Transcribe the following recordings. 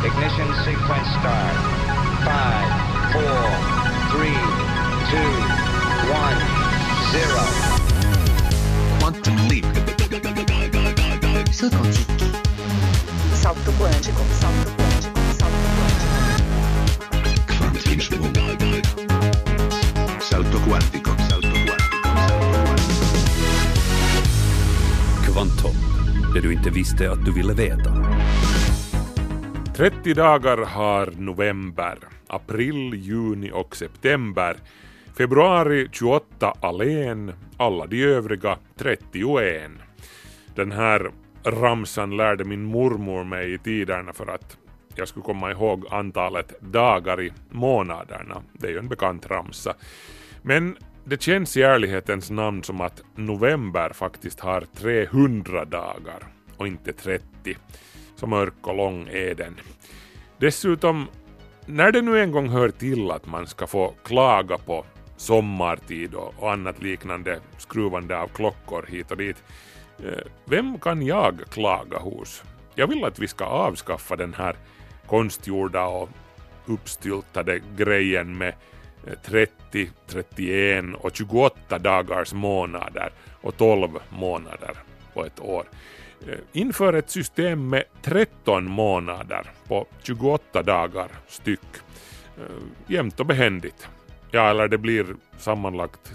Ignition sequence start. 5, 4, 3, 2, 1, 0. Quantum leap. Saut quantique. Salto quântico, salto quântico, salto quântico. Quantum. Salto quantico, salto quantico, salto quantico. Kvanthopp, det du inte visste att du ville veta. 30 dagar har november, april, juni och september. Februari 28 alene, alla de övriga 31. Den här ramsan lärde min mormor mig i tiderna för att jag skulle komma ihåg antalet dagar i månaderna. Det är ju en bekant ramsa. Men det känns i ärlighetens namn som att november faktiskt har 300 dagar och inte 30. Så mörk och lång är den. Dessutom, när det nu en gång hör till att man ska få klaga på sommartid och annat liknande skruvande av klockor hit och dit, vem kan jag klaga hos? Jag vill att vi ska avskaffa den här konstgjorda och uppstyltade grejen med 30, 31 och 28 dagars månader och 12 månader på ett år. Inför ett system med 13 månader på 28 dagar styck. Jämnt och behändigt. Ja, eller det blir sammanlagt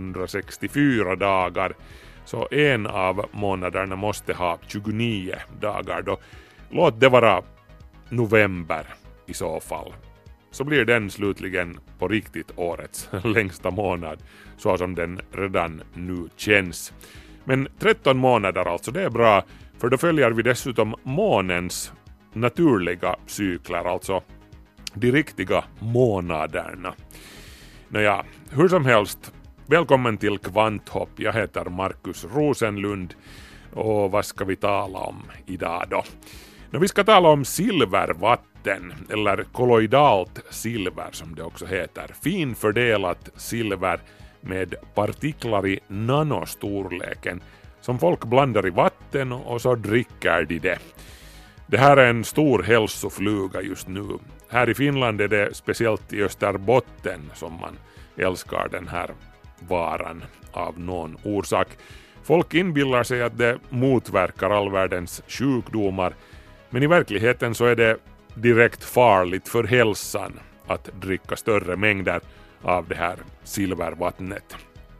364 dagar. Så en av månaderna måste ha 29 dagar då. Låt det vara november i så fall. Så blir den slutligen på riktigt årets längsta månad, så som den redan nu känns. Men 13 månader alltså, det är bra, för då följer vi dessutom månens naturliga cykler, alltså de riktiga månaderna. Nåja, hur som helst, välkommen till Kvanthopp. Jag heter Markus Rosenlund och vad ska vi tala om idag då? Vi ska tala om silvervatten, eller kolloidalt silver som det också heter. Finfördelat silver med partiklar i nanostorleken som folk blandar i vatten och så dricker de det. Det här är en stor hälsofluga just nu. Här i Finland är det speciellt i Österbotten som man älskar den här varan av någon orsak. Folk inbillar sig att det motverkar all världens sjukdomar, men i verkligheten så är det direkt farligt för hälsan att dricka större mängder av det här silvervattnet.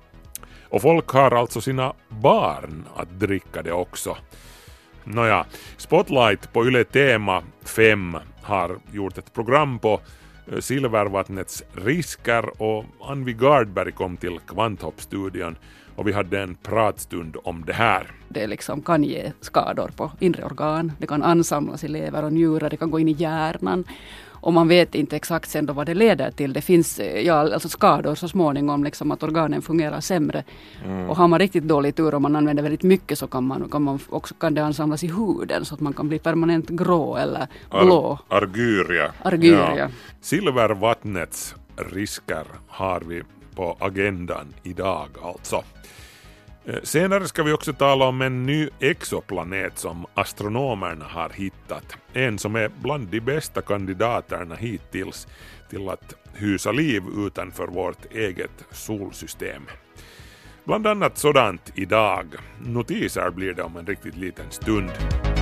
Och folk har alltså sina barn att dricka det också. Nåja, Spotlight på Yle Tema 5 har gjort ett program på silvervattnets risker och Anvi Gardberg kom till Kvanthopp-studion och vi hade en pratstund om det här. Det liksom kan ge skador på inre organ, det kan ansamlas i lever och njurar, det kan gå in i hjärnan. Och man vet inte exakt sen då vad det leder till. Det finns alltså skador så småningom, liksom att organen fungerar sämre. Och har man riktigt dålig tur och man använder väldigt mycket så kan det ansamlas i huden så att man kan bli permanent grå eller blå. Argyria. Ja. Silvervattnets risker har vi på agendan idag alltså. Senare ska vi också tala om en ny exoplanet som astronomerna har hittat. En som är bland de bästa kandidaterna hittills till att hysa liv utanför vårt eget solsystem. Bland annat sådant idag. Notiser blir det om en riktigt liten stund.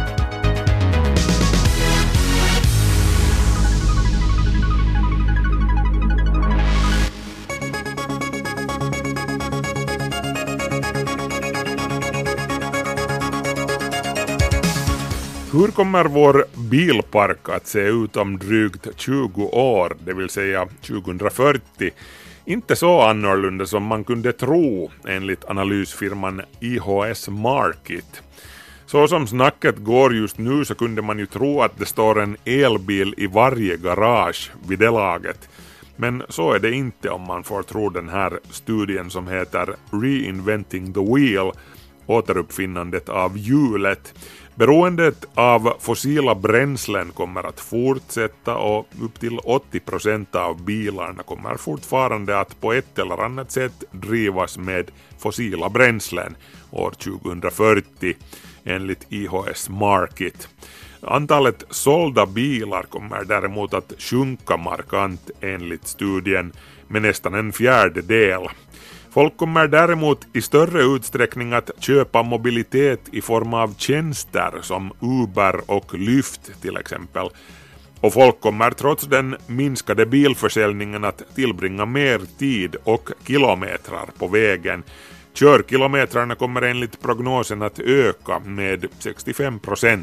Hur kommer vår bilpark att se ut om drygt 20 år, det vill säga 2040? Inte så annorlunda som man kunde tro enligt analysfirman IHS Markit. Så som snacket går just nu så kunde man ju tro att det står en elbil i varje garage vid det laget. Men så är det inte om man får tro den här studien som heter Reinventing the Wheel återuppfinnandet av hjulet. Beroendet av fossila bränslen kommer att fortsätta och upp till 80% av bilarna kommer fortfarande att på ett eller annat sätt drivas med fossila bränslen år 2040 enligt IHS Markit. Antalet sålda bilar kommer däremot att sjunka markant enligt studien med nästan en fjärdedel. Folk kommer däremot i större utsträckning att köpa mobilitet i form av tjänster som Uber och Lyft till exempel. Och folk kommer trots den minskade bilförsäljningen att tillbringa mer tid och kilometrar på vägen. Körkilometrarna kommer enligt prognosen att öka med 65%.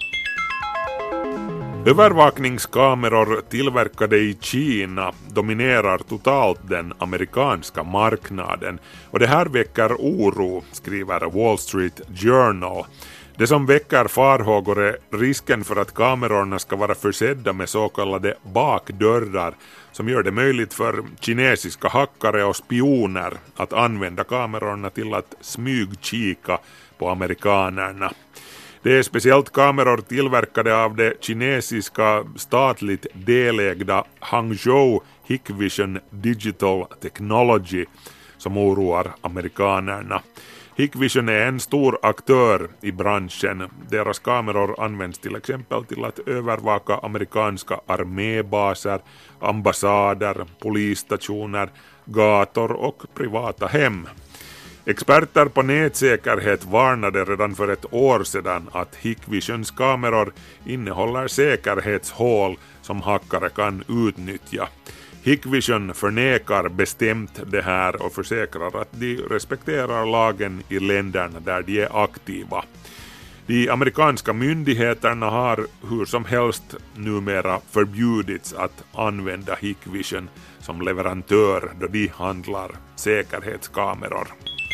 Övervakningskameror tillverkade i Kina dominerar totalt den amerikanska marknaden och det här väcker oro, skriver Wall Street Journal. Det som väcker farhågor är risken för att kamerorna ska vara försedda med så kallade bakdörrar som gör det möjligt för kinesiska hackare och spioner att använda kamerorna till att smygkika på amerikanerna. Det är speciellt kameror tillverkade av det kinesiska statligt delägda Hangzhou Hikvision Digital Technology som oroar amerikanerna. Hikvision är en stor aktör i branschen. Deras kameror används till exempel till att övervaka amerikanska armébaser, ambassader, polisstationer, gator och privata hem. Experter på nätsäkerhet varnade redan för ett år sedan att Hikvisions kameror innehåller säkerhetshål som hackare kan utnyttja. Hikvision förnekar bestämt det här och försäkrar att de respekterar lagen i länderna där de är aktiva. De amerikanska myndigheterna har hur som helst numera förbjudits att använda Hikvision som leverantör då de handlar säkerhetskameror.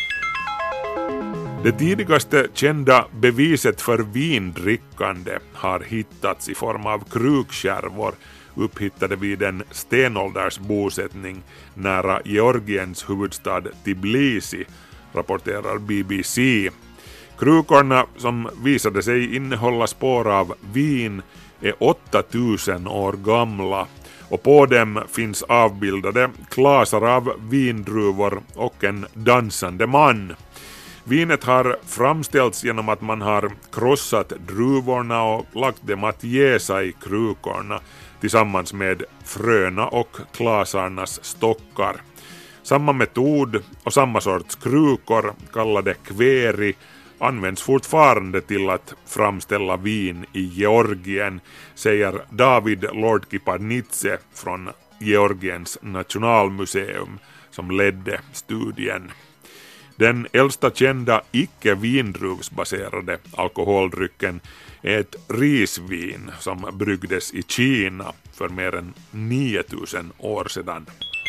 Det tidigaste kända beviset för vindrickande har hittats i form av krukskärvor upphittade vid en stenåldersbosättning nära Georgiens huvudstad Tbilisi, rapporterar BBC. Krukorna som visade sig innehålla spår av vin är 8000 år gamla och på dem finns avbildade klasar av vindruvor och en dansande man. Vinet har framställts genom att man har krossat druvorna och lagt dem att jäsa i krukorna tillsammans med fröna och klasarnas stockar. Samma metod och samma sorts krukor, kallade kveri, används fortfarande till att framställa vin i Georgien, säger David Lordkipanidze från Georgiens nationalmuseum som ledde studien. Den äldsta kända icke-vindruvsbaserade alkoholdrycken är ett risvin som bryggdes i Kina för mer än 9000 år sedan.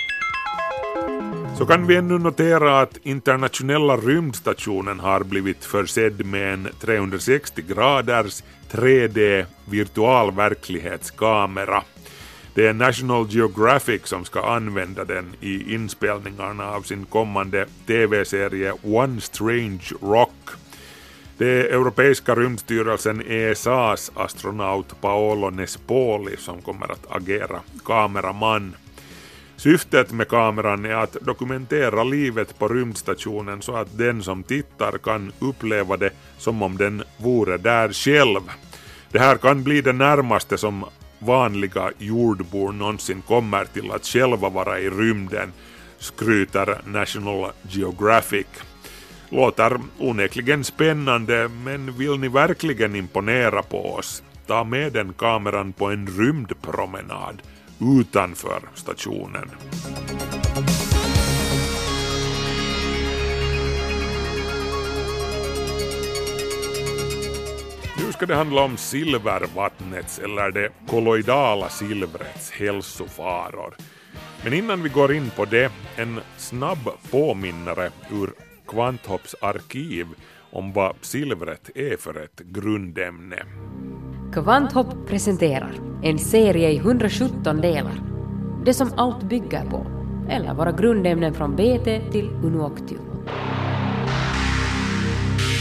Så kan vi ännu notera att internationella rymdstationen har blivit försedd med en 360 graders 3D virtualverklighetskamera. Det är National Geographic som ska använda den i inspelningarna av sin kommande tv-serie One Strange Rock. Det är Europeiska rymdstyrelsen ESAs astronaut Paolo Nespoli som kommer att agera kameraman. Syftet med kameran är att dokumentera livet på rymdstationen så att den som tittar kan uppleva det som om den vore där själv. Det här kan bli det närmaste som vanliga jordbor någonsin kommer till att själva vara i rymden, skryter National Geographic. Låter onekligen spännande, men vill ni verkligen imponera på oss? Ta med den kameran på en rymdpromenad utanför stationen. Nu ska det handla om silvervattnets eller det kolloidala silvrets hälsofaror. Men innan vi går in på det, en snabb påminnare ur Kvanthopps arkiv om vad silvret är för ett grundämne. Kvanthopp presenterar en serie i 117 delar. Det som allt bygger på, eller våra grundämnen från BT till Unuoctium.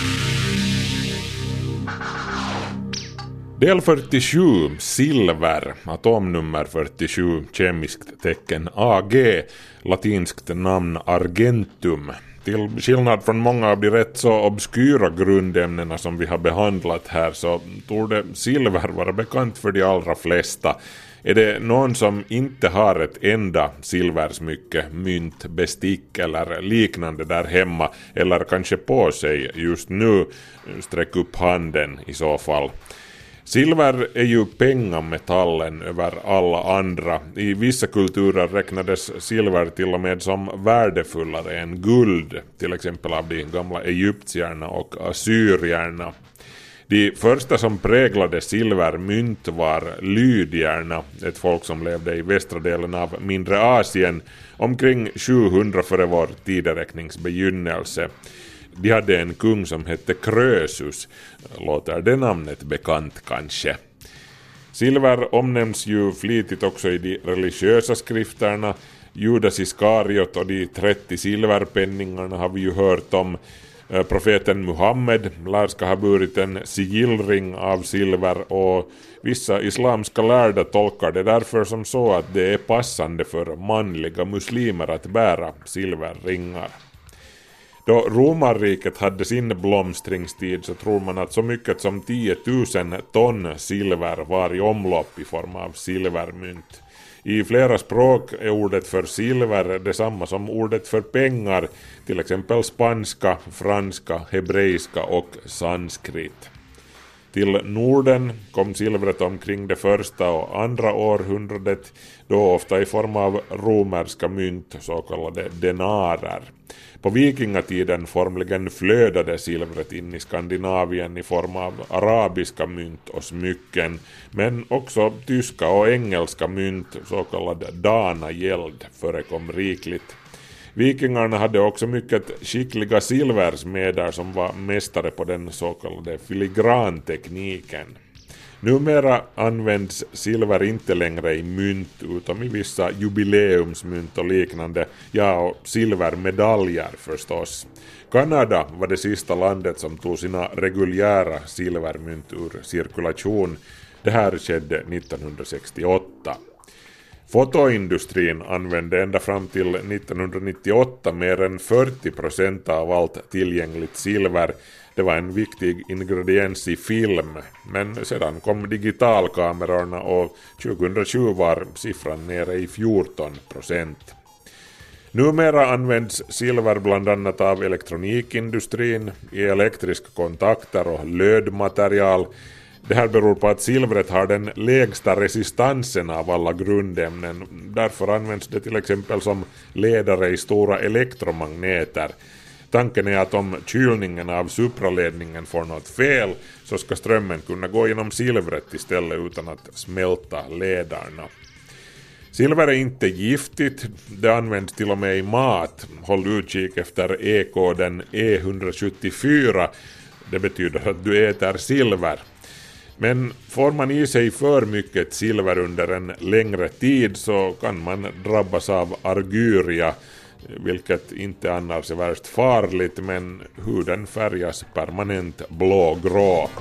Del 47, silver, atomnummer 47, kemiskt tecken AG, latinskt namn argentum. Till skillnad från många av de rätt så obskyra grundämnena som vi har behandlat här så torde silver vara bekant för de allra flesta. Är det någon som inte har ett enda silversmycke, mynt, bestick eller liknande där hemma eller kanske på sig just nu, sträck upp handen i så fall. Silver är ju pengametallen över alla andra. I vissa kulturer räknades silver till och med som värdefullare än guld, till exempel av de gamla egyptierna och assyrierna. De första som präglade silvermynt var lydierna, ett folk som levde i västra delen av mindre Asien omkring 700 före vår tideräknings begynnelse. De hade en kung som hette Krösus. Låter det namnet bekant kanske? Silver omnämns ju flitigt också i de religiösa skrifterna. Judas Iskariot och de 30 silverpenningarna har vi ju hört om. Profeten Muhammed lär ska ha burit en sigillring av silver och vissa islamska lärda tolkar det därför som så att det är passande för manliga muslimer att bära silverringar. Då romarriket hade sin blomstringstid så tror man att så mycket som 10 000 ton silver var i omlopp i form av silvermynt. I flera språk är ordet för silver detsamma som ordet för pengar, till exempel spanska, franska, hebreiska och sanskrit. Till Norden kom silvret omkring det första och andra århundradet, då ofta i form av romerska mynt, så kallade denarer. På vikingatiden formligen flödade silvret in i Skandinavien i form av arabiska mynt och smycken, men också tyska och engelska mynt, så kallad danagäld, förekom rikligt. Vikingarna hade också mycket skickliga silversmeder som var mästare på den så kallade filigrantekniken. Numera används silver inte längre i mynt utom i vissa jubileumsmynt och liknande, ja och silvermedaljer förstås. Kanada var det sista landet som tog sina reguljära silvermynt ur cirkulation. Det här skedde 1968. Fotoindustrin använde ända fram till 1998 mer än 40% av allt tillgängligt silver. Det var en viktig ingrediens i film, men sedan kom digitalkamerorna och 2020 var siffran nere i 14%. Numera används silver bland annat av elektronikindustrin, i elektriska kontakter och lödmaterial. Det här beror på att silvret har den lägsta resistansen av alla grundämnen. Därför används det till exempel som ledare i stora elektromagneter. Tanken är att om kylningen av supraledningen får något fel så ska strömmen kunna gå genom silvret istället utan att smälta ledarna. Silver är inte giftigt, det används till och med i mat. Håll utkik efter E-koden E174, det betyder att du äter silver. Men får man i sig för mycket silver under en längre tid så kan man drabbas av argyria, vilket inte annars är värst farligt, men huden färgas permanent blågrå.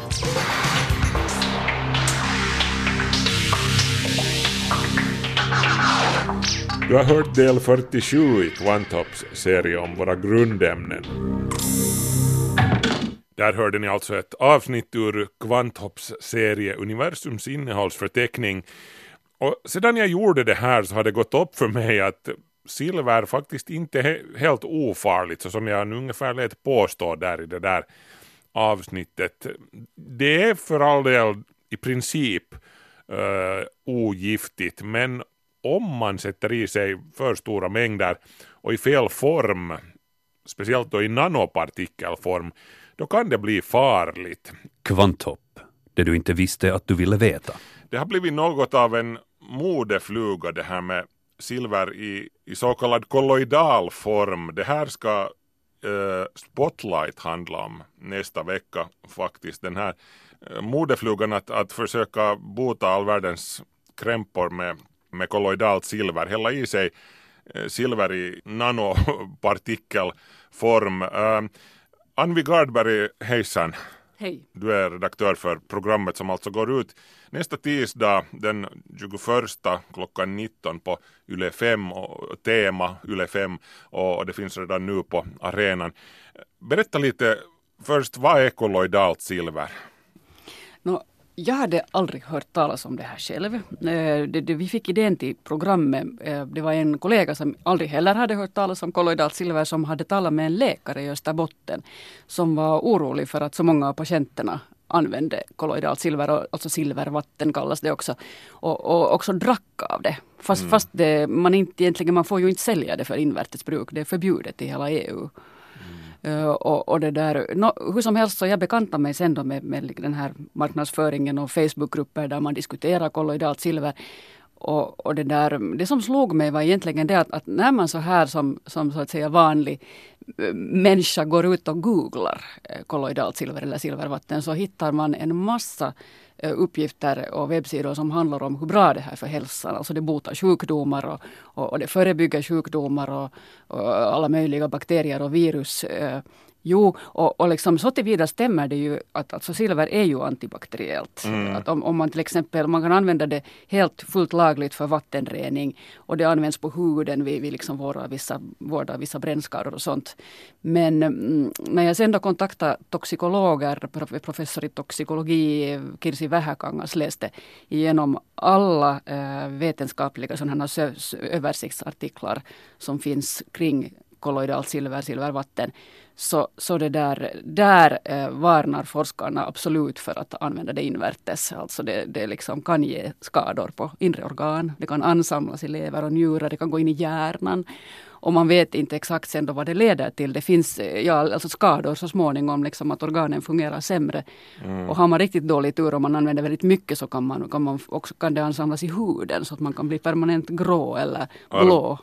Du har hört del 47 i Kvanthopps serie om våra grundämnen. Där hörde ni alltså ett avsnitt ur Kvanthopps serie Universums innehållsförteckning. Och sedan jag gjorde det här så har det gått upp för mig att silver faktiskt inte är helt ofarligt, så som jag ungefär lät påstå där i det där avsnittet. Det är för all del i princip ogiftigt, men om man sätter i sig för stora mängder och i fel form, speciellt då i nanopartikelform, då kan det bli farligt. Kvanthopp, det du inte visste att du ville veta. Det har blivit något av en modefluga det här med silver i så kallad kolloidal form. Det här ska Spotlight handla om nästa vecka faktiskt. Den här modeflugan att försöka bota all världens krämpor med kolloidalt silver. Hälla i sig silver i nanopartikelform. Anvi Gardberg, hejsan. Hej. Du är redaktör för programmet som alltså går ut nästa tisdag den 21 klockan 19 på Yle 5 och tema Yle 5 och det finns redan nu på arenan. Berätta lite först, vad är kolloidalt silver? Jag hade aldrig hört talas om det här själv. Vi fick idén till programmet. Det var en kollega som aldrig heller hade hört talas om kolloidalt silver som hade talat med en läkare i Österbotten som var orolig för att så många av patienterna använde kolloidalt silver, alltså silvervatten kallas det också, och också drack av det. Fast man får ju inte sälja det för invärtes bruk. Det är förbjudet i hela EU. Och det där, hur som helst så jag bekantar mig sen då med den här marknadsföringen och Facebookgrupper där man diskuterar kolloidalt silver. Och det som slog mig var egentligen det att när man så här som så att säga vanlig människa går ut och googlar kolloidalt silver eller silvervatten så hittar man en massa uppgifter och webbsidor som handlar om hur bra det här är för hälsan. Alltså det botar sjukdomar och det förebygger sjukdomar och alla möjliga bakterier och virus. Och liksom så tillvida stämmer det ju att alltså silver är ju antibakteriellt. Att om man till exempel, man kan använda det helt fullt lagligt för vattenrening och det används på huden vid liksom vård av vissa brännskador och sånt. Men när jag sen då kontaktade toxikologer, professor i toxikologi Kirsi Vähäkangas läste igenom alla vetenskapliga sådana här översiktsartiklar som finns kring kolloidalt silvervatten. Så det där varnar forskarna absolut för att använda det invärtes. Alltså det liksom kan ge skador på inre organ. Det kan ansamlas i lever och njurar. Det kan gå in i hjärnan. Och man vet inte exakt sen då vad det leder till. Det finns alltså skador så småningom, liksom att organen fungerar sämre. Och har man riktigt dålig tur om man använder väldigt mycket så kan det ansamlas i huden så att man kan bli permanent grå eller blå.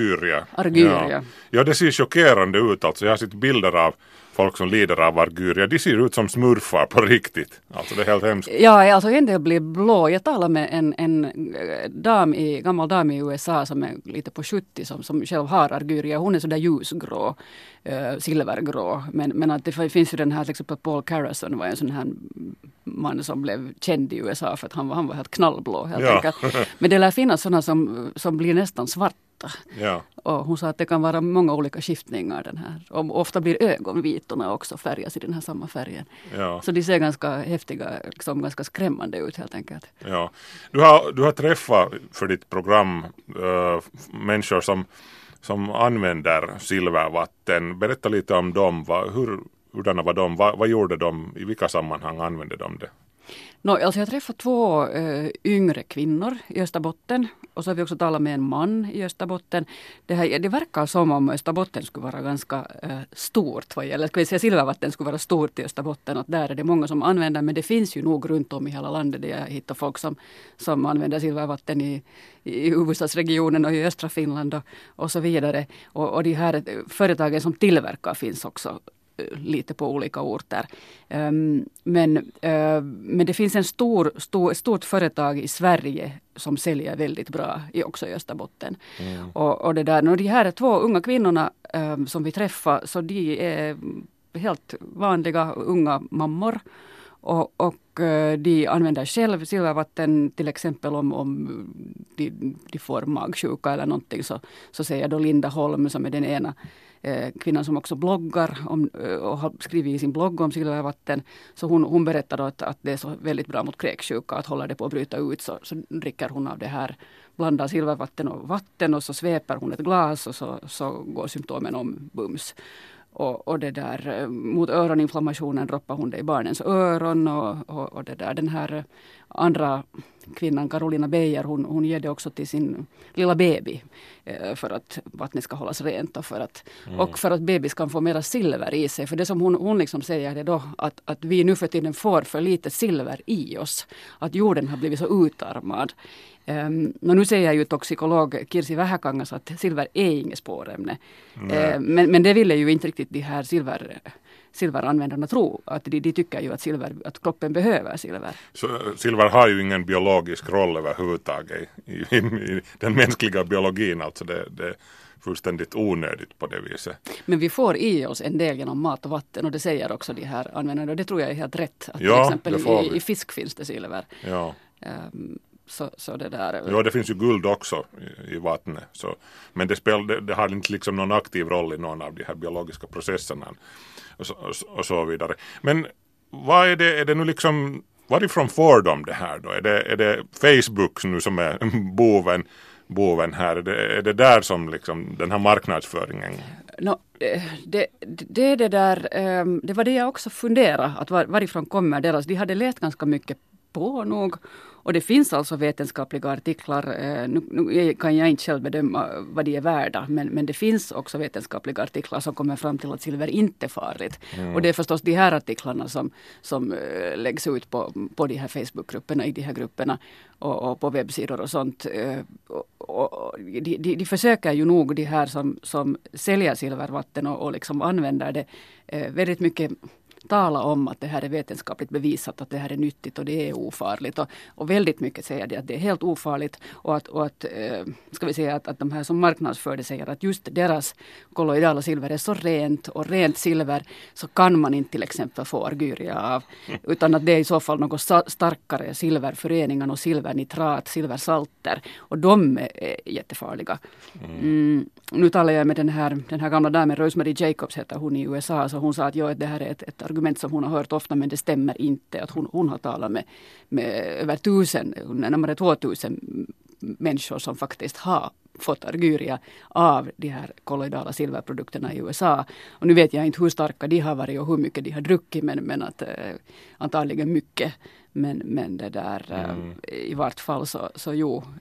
Argyria. Ja, det ser chockerande ut. Alltså, jag har sett bilder av folk som lider av argyria. De ser ut som smurfar på riktigt. Alltså det är helt hemskt. Ja, alltså en del blir blå. Jag talade med en gammal dam i USA som är lite på 70 som själv har argyria. Hon är sådär ljusgrå, silvergrå. Men att det finns ju den här, till exempel Paul Carrason var en sån här man som blev känd i USA för att han var helt knallblå helt enkelt. Men det lär finnas sådana som blir nästan svarta. Ja. Och hon sa att det kan vara många olika skiftningar den här. Och ofta blir ögonvitorna också färgas i den här samma färgen. Ja. Så de ser ganska häftiga, liksom ganska skrämmande ut helt enkelt. Ja. Du har träffat för ditt program människor som använder silvervatten. Berätta lite om dem. Hurdana var de? Vad gjorde de? I vilka sammanhang använde de det? Alltså jag träffade 2 yngre kvinnor i Österbotten och så har vi också talat med en man i Österbotten. Det verkar som om Österbotten skulle vara ganska stort vad gäller, ska vi säga silvervatten skulle vara stort i Österbotten och där är det många som använder, men det finns ju nog runt om i hela landet där jag hittar folk som använder silvervatten i huvudstadsregionen och i östra Finland och så vidare. Och de här företagen som tillverkar finns också lite på olika orter. Men det finns ett stort företag i Sverige som säljer väldigt bra också i Österbotten. Och det där, de här 2 unga kvinnorna som vi träffar, så de är helt vanliga unga mammor. Och de använder själv silvervatten till exempel om de får magsjuka eller någonting så säger då Linda Holm som är den ena kvinnan som också bloggar och har skrivit i sin blogg om silvervatten. Så hon berättar då att det är så väldigt bra mot kräksjuka att hålla det på att bryta ut så dricker hon av det här, blandar silvervatten och vatten och så sveper hon ett glas och så går symptomen om bums. Och det där mot öroninflammationen droppar hon det i barnens öron och det där den här andra kvinnan Carolina Beijer hon ger det också till sin lilla baby för att vattnet ska hållas rent och för att bebis kan få mera silver i sig. För det som hon liksom säger är då att vi nu för tiden får för lite silver i oss. Att jorden har blivit så utarmad. Nu säger ju toxikolog Kirsi Vähäkangas att silver är inget spårämne. Men det ville ju inte riktigt de här silveranvändarna tro. Att de tycker ju att kroppen behöver silver. Så silver har ju ingen biologisk roll överhuvudtaget i den mänskliga biologin. Alltså det fullständigt onödigt på det viset. Men vi får i oss en del genom mat och vatten och det säger också de här användarna och det tror jag är helt rätt. Att Ja, till det får exempel vi. i fisk finns det silver. Ja. Så det där. Ja, det finns ju guld också i vattnet. Så, men det har inte liksom någon aktiv roll i någon av de här biologiska processerna och så vidare. Men vad är det nu liksom, varifrån får de det här då? Är det Facebook nu som är boven här? Är det där som liksom den här marknadsföringen? Det var det jag också funderade, att varifrån kommer deras, de hade läst ganska mycket på nog. Och det finns alltså vetenskapliga artiklar, nu kan jag inte själv bedöma vad de är värda, men det finns också vetenskapliga artiklar som kommer fram till att silver inte är farligt. Och det är förstås de här artiklarna som läggs ut på de här Facebookgrupperna, i de här grupperna och på webbsidor och sånt. Och de försöker ju nog, de här som säljer silvervatten och liksom använder det väldigt mycket, tala om att det här är vetenskapligt bevisat, att det här är nyttigt och det är ofarligt. Och väldigt mycket säger det att det är helt ofarligt och att ska vi säga att de här som marknadsför det säger att just deras kolloidala silver är så rent, och rent silver så kan man inte till exempel få argyria av, utan att det är i så fall något starkare silverföreningar och silvernitrat, silversalter, och de är jättefarliga. Nu talar jag med den här gamla damen, Rosemary Jacobs heter hon i USA, så hon sa att det här är ett argument som hon har hört ofta, men det stämmer inte. Att hon har talat med över närmare 2000 människor som faktiskt har fått argyria av de här kolloidala silverprodukterna i USA. Och nu vet jag inte hur starka de har varit och hur mycket de har druckit, men att antagligen mycket. Men det där i vart fall så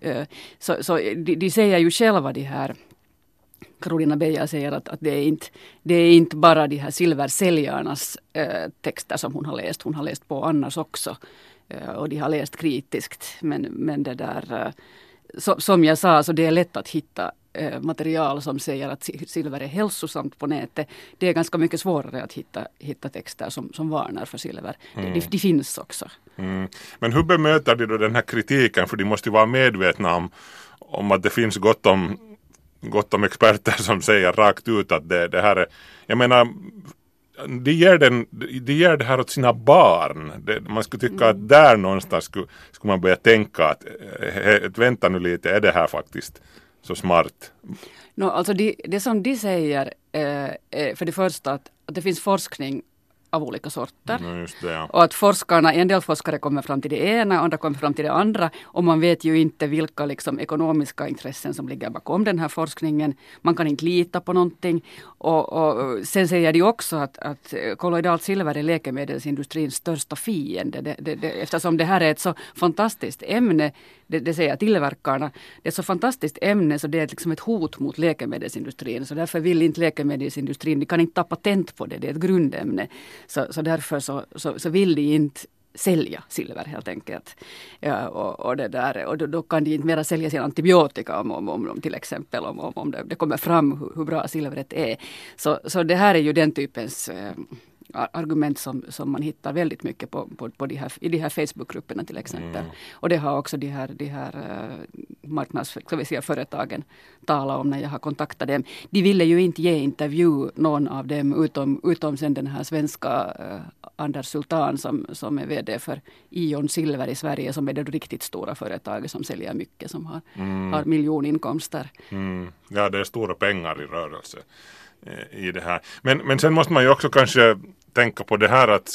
de säger ju själva de här, Carolina Beija säger att det är inte bara de här silversäljarnas texter som hon har läst. Hon har läst på annars också. Och de har läst kritiskt. Men det där, som jag sa, så det är lätt att hitta material som säger att silver är hälsosamt på nätet. Det är ganska mycket svårare att hitta texter som varnar för silver. De finns också. Men hur bemöter de då den här kritiken? För de måste ju vara medvetna om att det finns gott om experter som säger rakt ut att det här är, jag menar, de ger det här åt sina barn. Man skulle tycka att där någonstans skulle man börja tänka att vänta nu lite, är det här faktiskt så smart? Alltså det som de säger för det första att det finns forskning av olika sorter. Just det, ja. Och att en del forskare kommer fram till det ena, andra kommer fram till det andra. Och man vet ju inte vilka liksom ekonomiska intressen som ligger bakom den här forskningen. Man kan inte lita på någonting. Och sen säger de också att kolloidalt silver är läkemedelsindustrins största fiende. Eftersom det här är ett så fantastiskt ämne, det säger tillverkarna, det är så fantastiskt ämne så det är liksom ett hot mot läkemedelsindustrin. Så därför vill inte läkemedelsindustrin, de kan inte ta patent på det, det är ett grundämne. Så därför så vill de inte sälja silver helt enkelt. Ja, och då kan de inte mera sälja sin antibiotika om till exempel om det kommer fram hur bra silvret är. Så det här är ju den typens argument som man hittar väldigt mycket i de här Facebookgrupperna till exempel. Och det har också de här marknadsföretagen talat om när jag har kontaktat dem. De ville ju inte ge intervju någon av dem utom sen den här svenska Anders Sultan som är vd för Ion Silver i Sverige, som är det riktigt stora företaget som säljer mycket, som har miljoninkomster. Ja, det är stora pengar i rörelse i det här. Men sen måste man ju också kanske tänka på det här att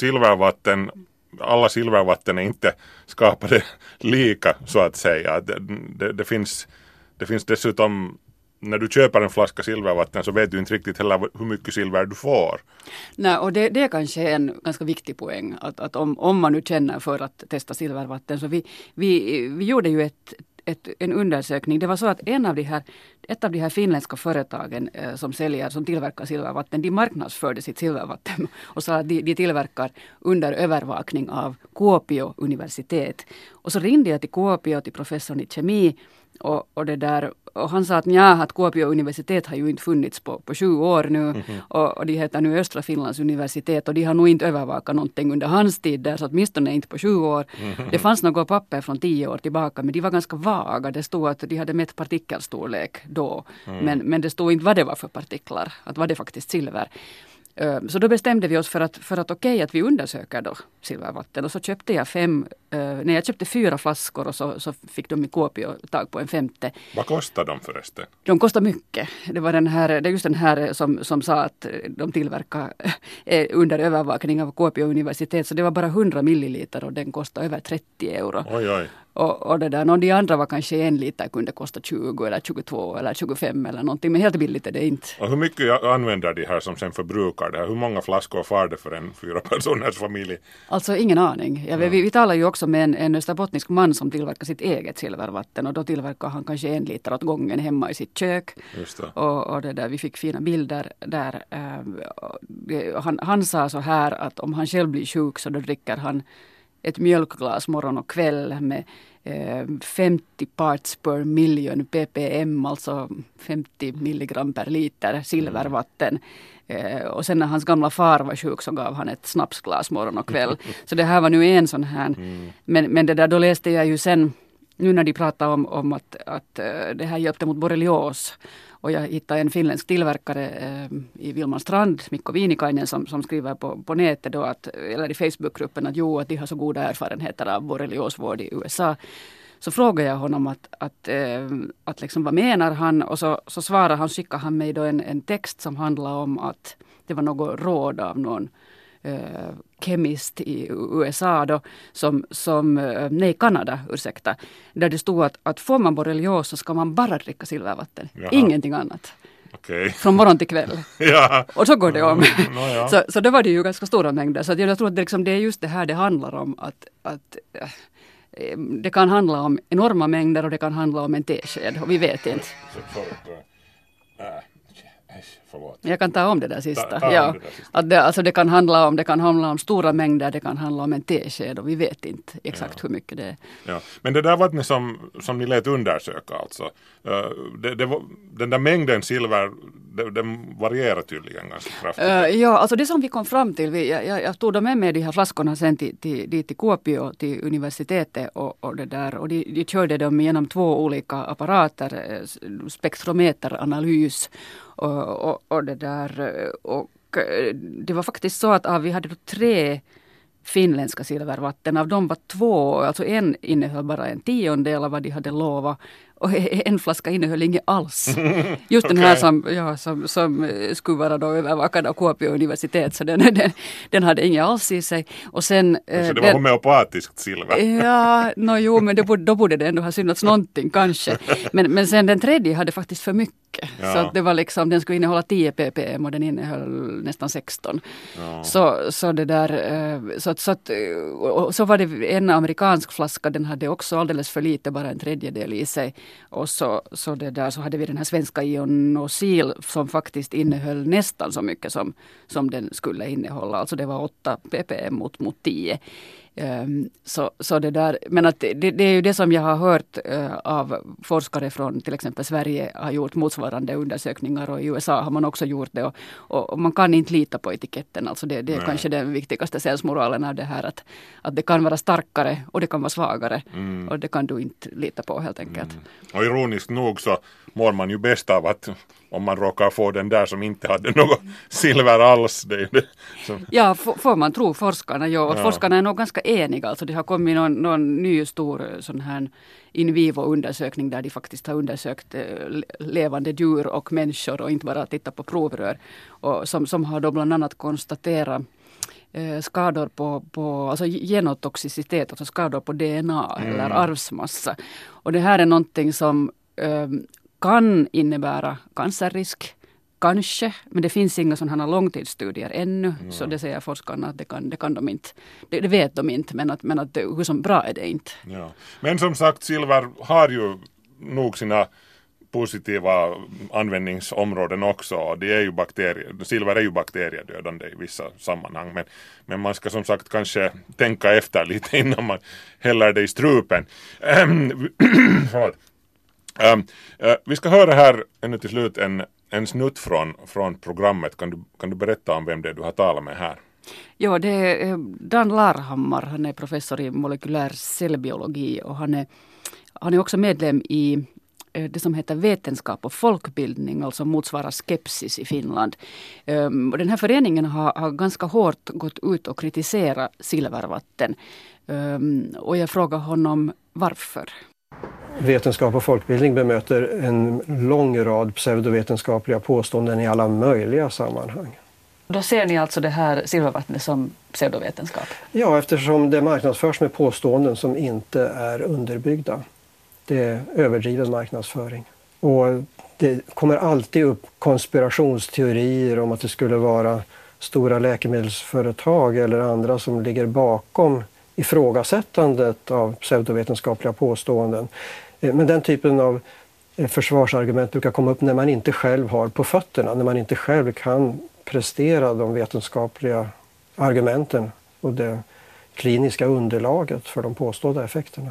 alla silvervatten är inte skapade lika, så att säga. Det finns dessutom, när du köper en flaska silvervatten så vet du inte riktigt heller hur mycket silver du får. Nej, och det är kanske en ganska viktig poäng att om man nu känner för att testa silvervatten, så vi gjorde ju en undersökning. Det var så att ett av de här finländska företagen som tillverkar silvervatten, de marknadsförde sitt silvervatten och sa att de tillverkar under övervakning av Kuopio universitet. Och så ringde jag till Kuopio, till professorn i kemi, Och det där, och han sa att Kuopio universitet har ju inte funnits på 20 år nu och de heter nu Östra Finlands universitet och de har nog inte övervakat någonting under hans tid där, så åtminstone inte på 20 år. Det fanns något papper från 10 år tillbaka, men de var ganska vaga. Det stod att de hade mätt partikelstorlek då, men det stod inte vad det var för partiklar, att var det faktiskt silver. Så då bestämde vi oss för att okej, att vi undersöker då silvervatten, och så köpte jag jag köpte 4 flaskor och så fick de i Kuopio tag på en 5:e. Vad kostar de förresten? De kostar mycket. Det är just den här som sa att de tillverkar under övervakning av Kuopio universitet, så det var bara 100 milliliter och den kostar över 30 euro. Oj. Och det där, de andra var kanske 1 liter kunde kosta 20 eller 22 eller 25 eller någonting, men helt billigt är det inte. Och hur mycket använder de här som sen förbrukar det här? Hur många flaskor far det för en 4-personers familj? Alltså ingen aning. Vi talar ju också med en österbottnisk man som tillverkar sitt eget silvervatten, och då tillverkar han kanske 1 liter åt gången hemma i sitt kök. Just det. Och det där, vi fick fina bilder där. Han sa så här att om han själv blir sjuk så då dricker han ett mjölkglas morgon och kväll med 50 parts per million ppm, alltså 50 milligram per liter silvervatten. Och sen när hans gamla far var sjuk så gav han ett snapsglas morgon och kväll. Så det här var nu en sån här. Men det där, då läste jag ju sen, nu när de pratade om att det här hjälpte mot borrelios. Och jag hittade en finländsk tillverkare i Vilmanstrand, Mikko Viinikainen, som skriver på nätet då eller i Facebookgruppen att de har så goda erfarenheter av borreliosvård i USA. Så frågade jag honom att liksom, vad menar han? Och så svarade han, skickade han mig då en text som handlar om att det var något råd av någon kemist i USA då, Kanada, där det stod att får man borrelios så ska man bara dricka silvervatten. Jaha. Ingenting annat. Okay. Från morgon till kväll. Ja. Och så går det om. Ja. Så då var det ju ganska stora mängder. Så jag tror att det är just det här det handlar om. Att det kan handla om enorma mängder och det kan handla om en tesked. Och vi vet inte. Förlåt. Jag kan ta om det där sista. Ta ja. om det där sista. Det kan handla om stora mängder, det kan handla om en tesked och vi vet inte exakt hur mycket det är. Ja. Men det där vattnet som ni lät undersöka alltså, den där mängden silver, den varierar tydligen ganska kraftigt. Ja, alltså det som vi kom fram till, jag tog med mig de här flaskorna sen till Kuopio, till universitetet och det där, och de körde dem genom 2 olika apparater, spektrometeranalys och det där, och det var faktiskt så att vi hade 3 finländska silvervatten. Av dem var 2, alltså en innehöll bara en 10-del av vad de hade lovat. Och en flaska innehöll inget alls. Just den här som skulle vara då övervakad av Kuopio universitet. Så den hade inget alls i sig. Och sen, så det var homeopatiskt silver? Ja, men då borde det ändå ha synats någonting kanske. Men sen den tredje hade faktiskt för mycket. Ja. Så att det var liksom, den skulle innehålla 10 ppm och den innehöll nästan 16. Ja. Så det där, så var det en amerikansk flaska, den hade också alldeles för lite, bara en 1/3 i sig. Och så hade vi den här svenska Ionosil som faktiskt innehöll nästan så mycket som den skulle innehålla. Alltså det var 8 ppm mot 10. Så det där, men att det är ju det som jag har hört av forskare från till exempel Sverige har gjort motsvarande undersökningar, och i USA har man också gjort det, och man kan inte lita på etiketten. Alltså det är kanske den viktigaste sensmoralen av det här, att det kan vara starkare och det kan vara svagare, och det kan du inte lita på helt enkelt. Och ironiskt nog så mår man ju bäst av att om man råkar få den där som inte hade något silver alls. Det är det som... Ja, får man tro forskarna. Ja. Forskarna är nog ganska eniga. Alltså det har kommit någon ny stor sån här in vivo-undersökning där de faktiskt har undersökt levande djur och människor och inte bara tittat på provrör. Och som har då bland annat konstaterat skador på alltså genotoxicitet, alltså skador på DNA eller arvsmassa. Och det här är någonting som kan innebära cancerrisk, kanske, men det finns inga sådana långtidsstudier ännu, så det säger forskarna att det kan de inte, det vet de inte, men att hur som bra är det inte. Ja. Men som sagt, silver har ju nog sina positiva användningsområden också. Det är ju silver är ju bakteriedödande i vissa sammanhang, men man ska som sagt kanske tänka efter lite innan man häller det i strupen. Vi ska höra här ännu till slut en snutt från programmet. Kan du berätta om vem det är du har talat med här? Ja, det är Dan Larhammar. Han är professor i molekylär cellbiologi och han är också medlem i det som heter vetenskap och folkbildning, alltså motsvarar Skepsis i Finland. Och den här föreningen har ganska hårt gått ut och kritiserat silvervatten. Och jag frågar honom varför. Vetenskap och folkbildning bemöter en lång rad pseudovetenskapliga påståenden i alla möjliga sammanhang. Då ser ni alltså det här silvervattnet som pseudovetenskap? Ja, eftersom det marknadsförs med påståenden som inte är underbyggda. Det är överdriven marknadsföring. Och det kommer alltid upp konspirationsteorier om att det skulle vara stora läkemedelsföretag eller andra som ligger bakom ifrågasättandet av pseudovetenskapliga påståenden. Men den typen av försvarsargument brukar komma upp när man inte själv har på fötterna, när man inte själv kan prestera de vetenskapliga argumenten och det kliniska underlaget för de påstådda effekterna.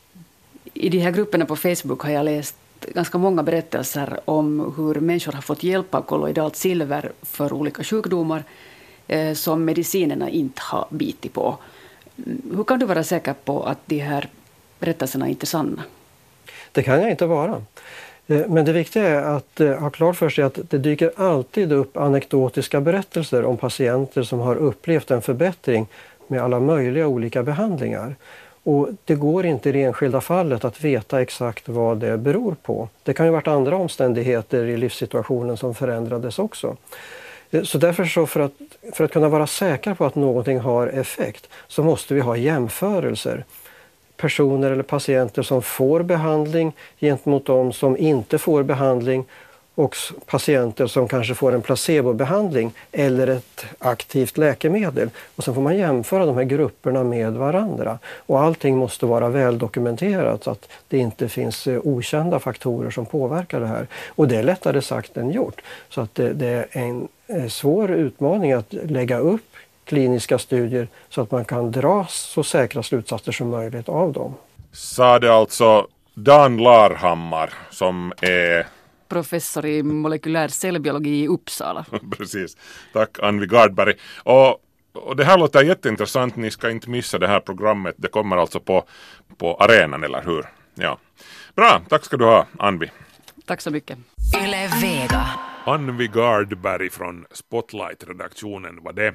I de här grupperna på Facebook har jag läst ganska många berättelser om hur människor har fått hjälp av kolloidalt silver för olika sjukdomar som medicinerna inte har bitit på. Hur kan du vara säker på att de här berättelserna inte är sanna? Det kan jag inte vara. Men det viktiga är att ha klart för sig att det dyker alltid upp anekdotiska berättelser om patienter som har upplevt en förbättring med alla möjliga olika behandlingar. Och det går inte i det enskilda fallet att veta exakt vad det beror på. Det kan ju ha varit andra omständigheter i livssituationen som förändrades också. Så därför så för att kunna vara säkra på att någonting har effekt så måste vi ha jämförelser. Personer eller patienter som får behandling gentemot de som inte får behandling och patienter som kanske får en placebobehandling eller ett aktivt läkemedel. Och sen får man jämföra de här grupperna med varandra. Och allting måste vara väl dokumenterat så att det inte finns okända faktorer som påverkar det här. Och det är lättare sagt än gjort. Så att det är en svår utmaning att lägga upp kliniska studier så att man kan dra så säkra slutsatser som möjligt av dem. Sa det alltså Dan Larhammar som är professor i molekylär cellbiologi i Uppsala. Precis. Tack Anvi Gardberg. Och det här låter jätteintressant. Ni ska inte missa det här programmet. Det kommer alltså på arenan, eller hur? Ja. Bra, tack ska du ha Anvi. Tack så mycket. Yle Vega. Anvi Gardberg från Spotlight-redaktionen var det.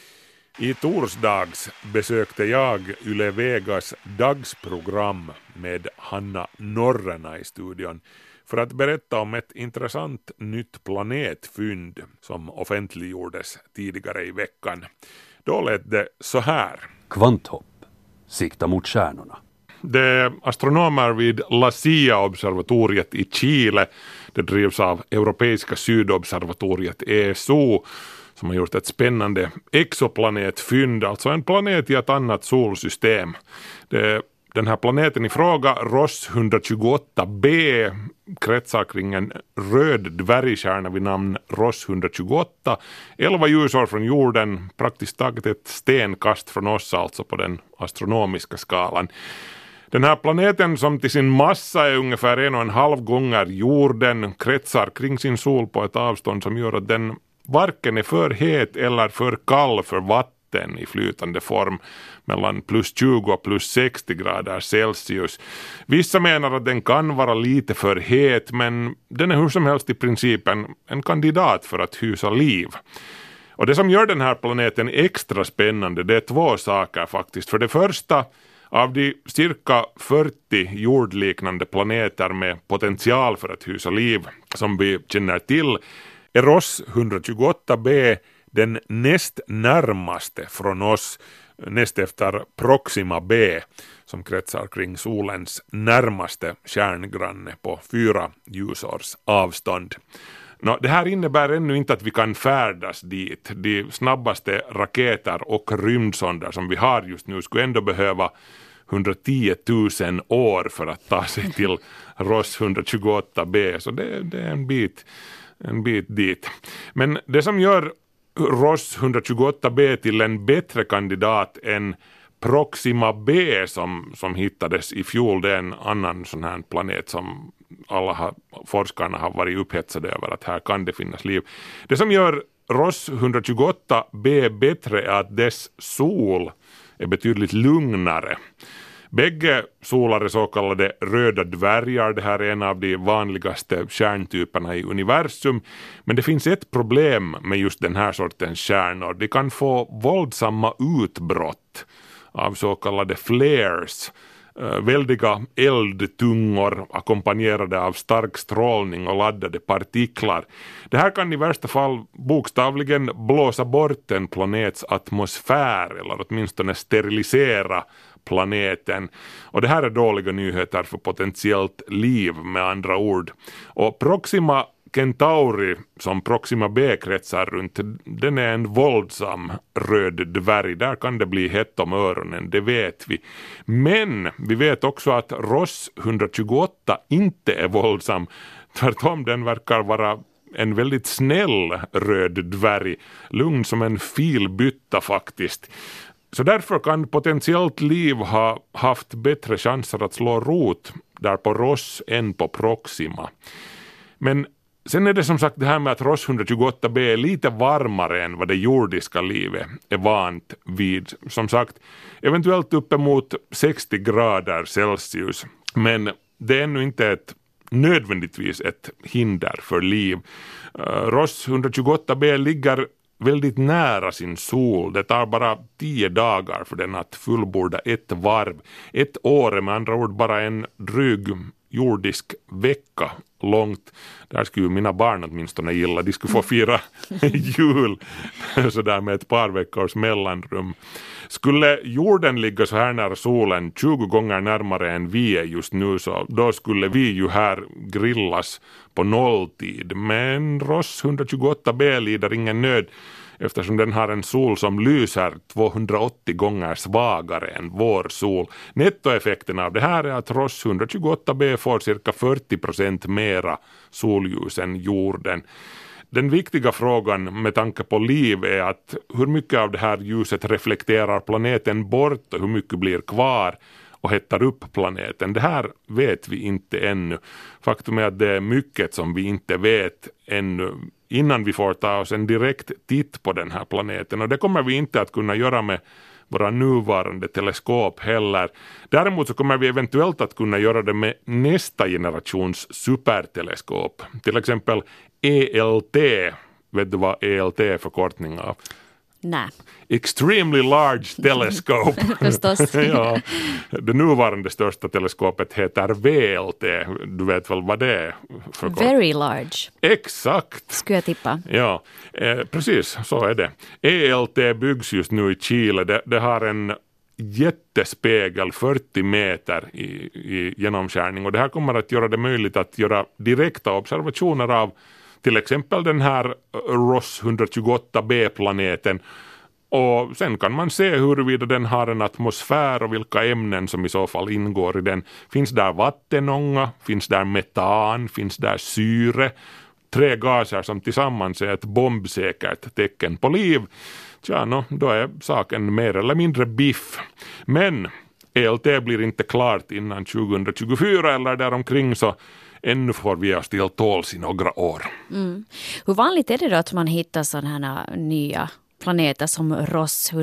I torsdags besökte jag Yle Vegas dagsprogram med Hanna Norrena i studion för att berätta om ett intressant nytt planetfynd som offentliggjordes tidigare i veckan. Då lät det så här. Kvanthopp. Sikta mot stjärnorna. Det är astronomer vid La Silla-observatoriet i Chile. Det drivs av Europeiska sydobservatoriet ESO som har gjort ett spännande exoplanetfynd, alltså en planet i ett annat solsystem. Den här planeten i fråga, Ross 128b, kretsar kring en röd dvärgstjärna vid namn Ross 128, 11 ljusår från jorden, praktiskt taget ett stenkast från oss alltså på den astronomiska skalan. Den här planeten som till sin massa är ungefär 1,5 gånger jorden kretsar kring sin sol på ett avstånd som gör att den varken är för het eller för kall för vatten i flytande form mellan plus 20 och plus 60 grader Celsius. Vissa menar att den kan vara lite för het, men den är hur som helst i princip en kandidat för att hysa liv. Och det som gör den här planeten extra spännande, det är 2 saker faktiskt. För det första, av de cirka 40 jordliknande planeter med potential för att hysa liv som vi känner till, är Ross 128b den näst närmaste från oss, näst efter Proxima b som kretsar kring solens närmaste stjärngranne på 4 ljusårs avstånd. Det här innebär ännu inte att vi kan färdas dit. De snabbaste raketer och rymdsonder som vi har just nu skulle ändå behöva 110 000 år för att ta sig till Ross 128b, så det är en bit dit. Men det som gör Ross 128b till en bättre kandidat än Proxima b som hittades i fjol, det är en annan sån här planet som forskarna har varit upphetsade över att här kan det finnas liv. Det som gör Ross 128b bättre är att dess sol är betydligt lugnare. Bägge solar är så kallade röda dvärgar. Det här är en av de vanligaste stjärntyperna i universum. Men det finns ett problem med just den här sortens stjärnor. De kan få våldsamma utbrott av så kallade flares. Väldiga eldtungor ackompanjerade av stark strålning och laddade partiklar. Det här kan i värsta fall bokstavligen blåsa bort en planets atmosfär eller åtminstone sterilisera planeten. Och det här är dåliga nyheter för potentiellt liv med andra ord. Och Proxima Centauri som Proxima B kretsar runt, den är en våldsam röd dvärg. Där kan det bli hett om öronen, det vet vi. Men vi vet också att Ross 128 inte är våldsam. Tvärtom, den verkar vara en väldigt snäll röd dvärg. Lugn som en filbytta faktiskt. Så därför kan potentiellt liv ha haft bättre chanser att slå rot där på Ross än på Proxima. Men sen är det som sagt det här med att Ross 128b är lite varmare än vad det jordiska livet är vant vid. Som sagt, eventuellt uppemot 60 grader Celsius. Men det är ännu inte nödvändigtvis ett hinder för liv. Ross 128b ligger väldigt nära sin sol. Det tar bara 10 dagar för den att fullborda ett varv. Ett år är med andra ord bara en dryg jordisk vecka långt. Där skulle mina barn åtminstone gilla. De skulle få fira jul sådär med ett par veckors mellanrum. Skulle jorden ligga så här nära solen 20 gånger närmare än vi är just nu, så då skulle vi ju här grillas på nolltid. Men Ross 128b lider ingen nöd eftersom den har en sol som lyser 280 gånger svagare än vår sol. Nettoeffekten av det här är att Ross 128b får cirka 40% mera solljus än jorden. Den viktiga frågan med tanke på liv är att hur mycket av det här ljuset reflekterar planeten bort och hur mycket blir kvar och hettar upp planeten. Det här vet vi inte ännu. Faktum är att det är mycket som vi inte vet ännu innan vi får ta oss en direkt titt på den här planeten. Och det kommer vi inte att kunna göra med våra nuvarande teleskop heller. Däremot så kommer vi eventuellt att kunna göra det med nästa generations superteleskop. Till exempel ELT. Vet du vad ELT är förkortning av? Nej. Extremely Large Telescope. Förstås. Ja, det nuvarande största teleskopet heter VLT. Du vet väl vad det är? Very large. Exakt. Skulle jag tippa. Ja, precis så är det. ELT byggs just nu i Chile. Det har en jättespegel 40 meter i genomskärning. Och det här kommer att göra det möjligt att göra direkta observationer av till exempel den här Ross 128b-planeten. Och sen kan man se huruvida den har en atmosfär och vilka ämnen som i så fall ingår i den. Finns där vattenånga? Finns där metan? Finns där syre? 3 gaser som tillsammans är ett bombsäkert tecken på liv. Tja, då är saken mer eller mindre biff. Men ELT blir inte klart innan 2024 eller däromkring, så ännu får vi oss till tåls i några år. Mm. Hur vanligt är det då att man hittar sådana här nya planeter som Ross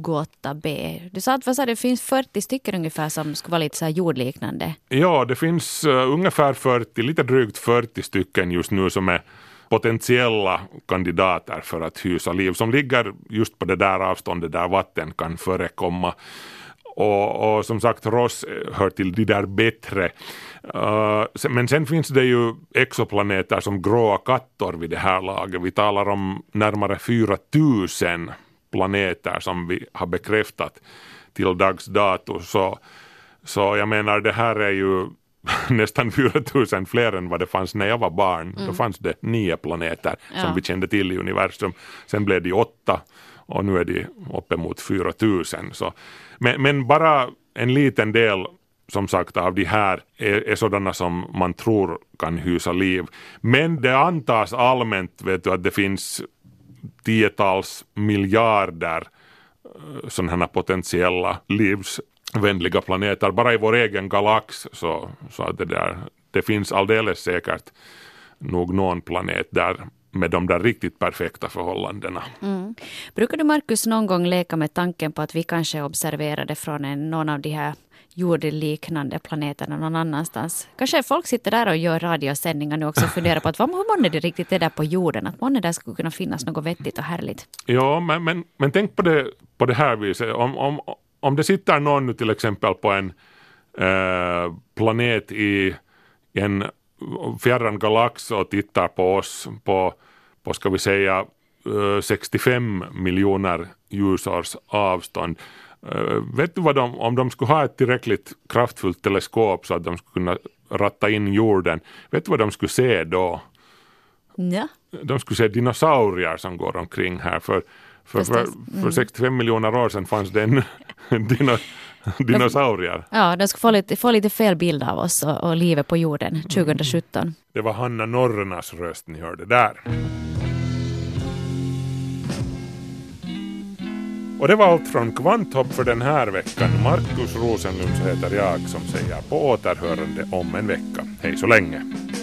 128b? Du sa att det finns 40 stycken ungefär som skulle vara lite så här jordliknande. Ja, det finns ungefär 40, lite drygt 40 stycken just nu som är potentiella kandidater för att hysa liv, som ligger just på det där avståndet där vatten kan förekomma. Och som sagt, Ross hör till de där bättre. Men sen finns det ju exoplaneter som gråa kattor vid det här laget. Vi talar om närmare 4000 planeter som vi har bekräftat till dags dato. Så jag menar, det här är ju nästan 4000 fler än vad det fanns när jag var barn. Då fanns det 9 planeter som vi kände till i universum. Sen blev det 8 och nu är det uppemot 4000. Så. Men bara en liten del, som sagt, av de här är sådana som man tror kan hysa liv. Men det antas allmänt, vet du, att det finns 10-tals miljarder sådana här potentiella livsvänliga planeter. Bara i vår egen galax så det finns alldeles säkert nog någon planet där med de där riktigt perfekta förhållandena. Brukar du, Markus, någon gång leka med tanken på att vi kanske observerade från någon av de här jordliknande planeterna någon annanstans? Kanske folk sitter där och gör radiosändningar nu också och funderar på att hur månne det riktigt är där på jorden? Att månne där skulle kunna finnas något vettigt och härligt. Ja, men tänk på det här viset. Om det sitter någon nu till exempel på en planet i en fjärran galax och tittar på oss på ska vi säga 65 miljoner ljusårs avstånd. Vet du vad om de skulle ha ett tillräckligt kraftfullt teleskop så att de skulle kunna ratta in jorden, vet du vad de skulle se då? Ja. De skulle se dinosaurier som går omkring här. För 65 miljoner år sedan fanns det en dinosaurier. Ja, de skulle få lite fel bild av oss och livet på jorden 2017. Det var Hanna Norrenas röst ni hörde där. Och det var allt från Kvanthopp för den här veckan. Markus Rosenlund heter jag som säger på återhörande om en vecka. Hej så länge!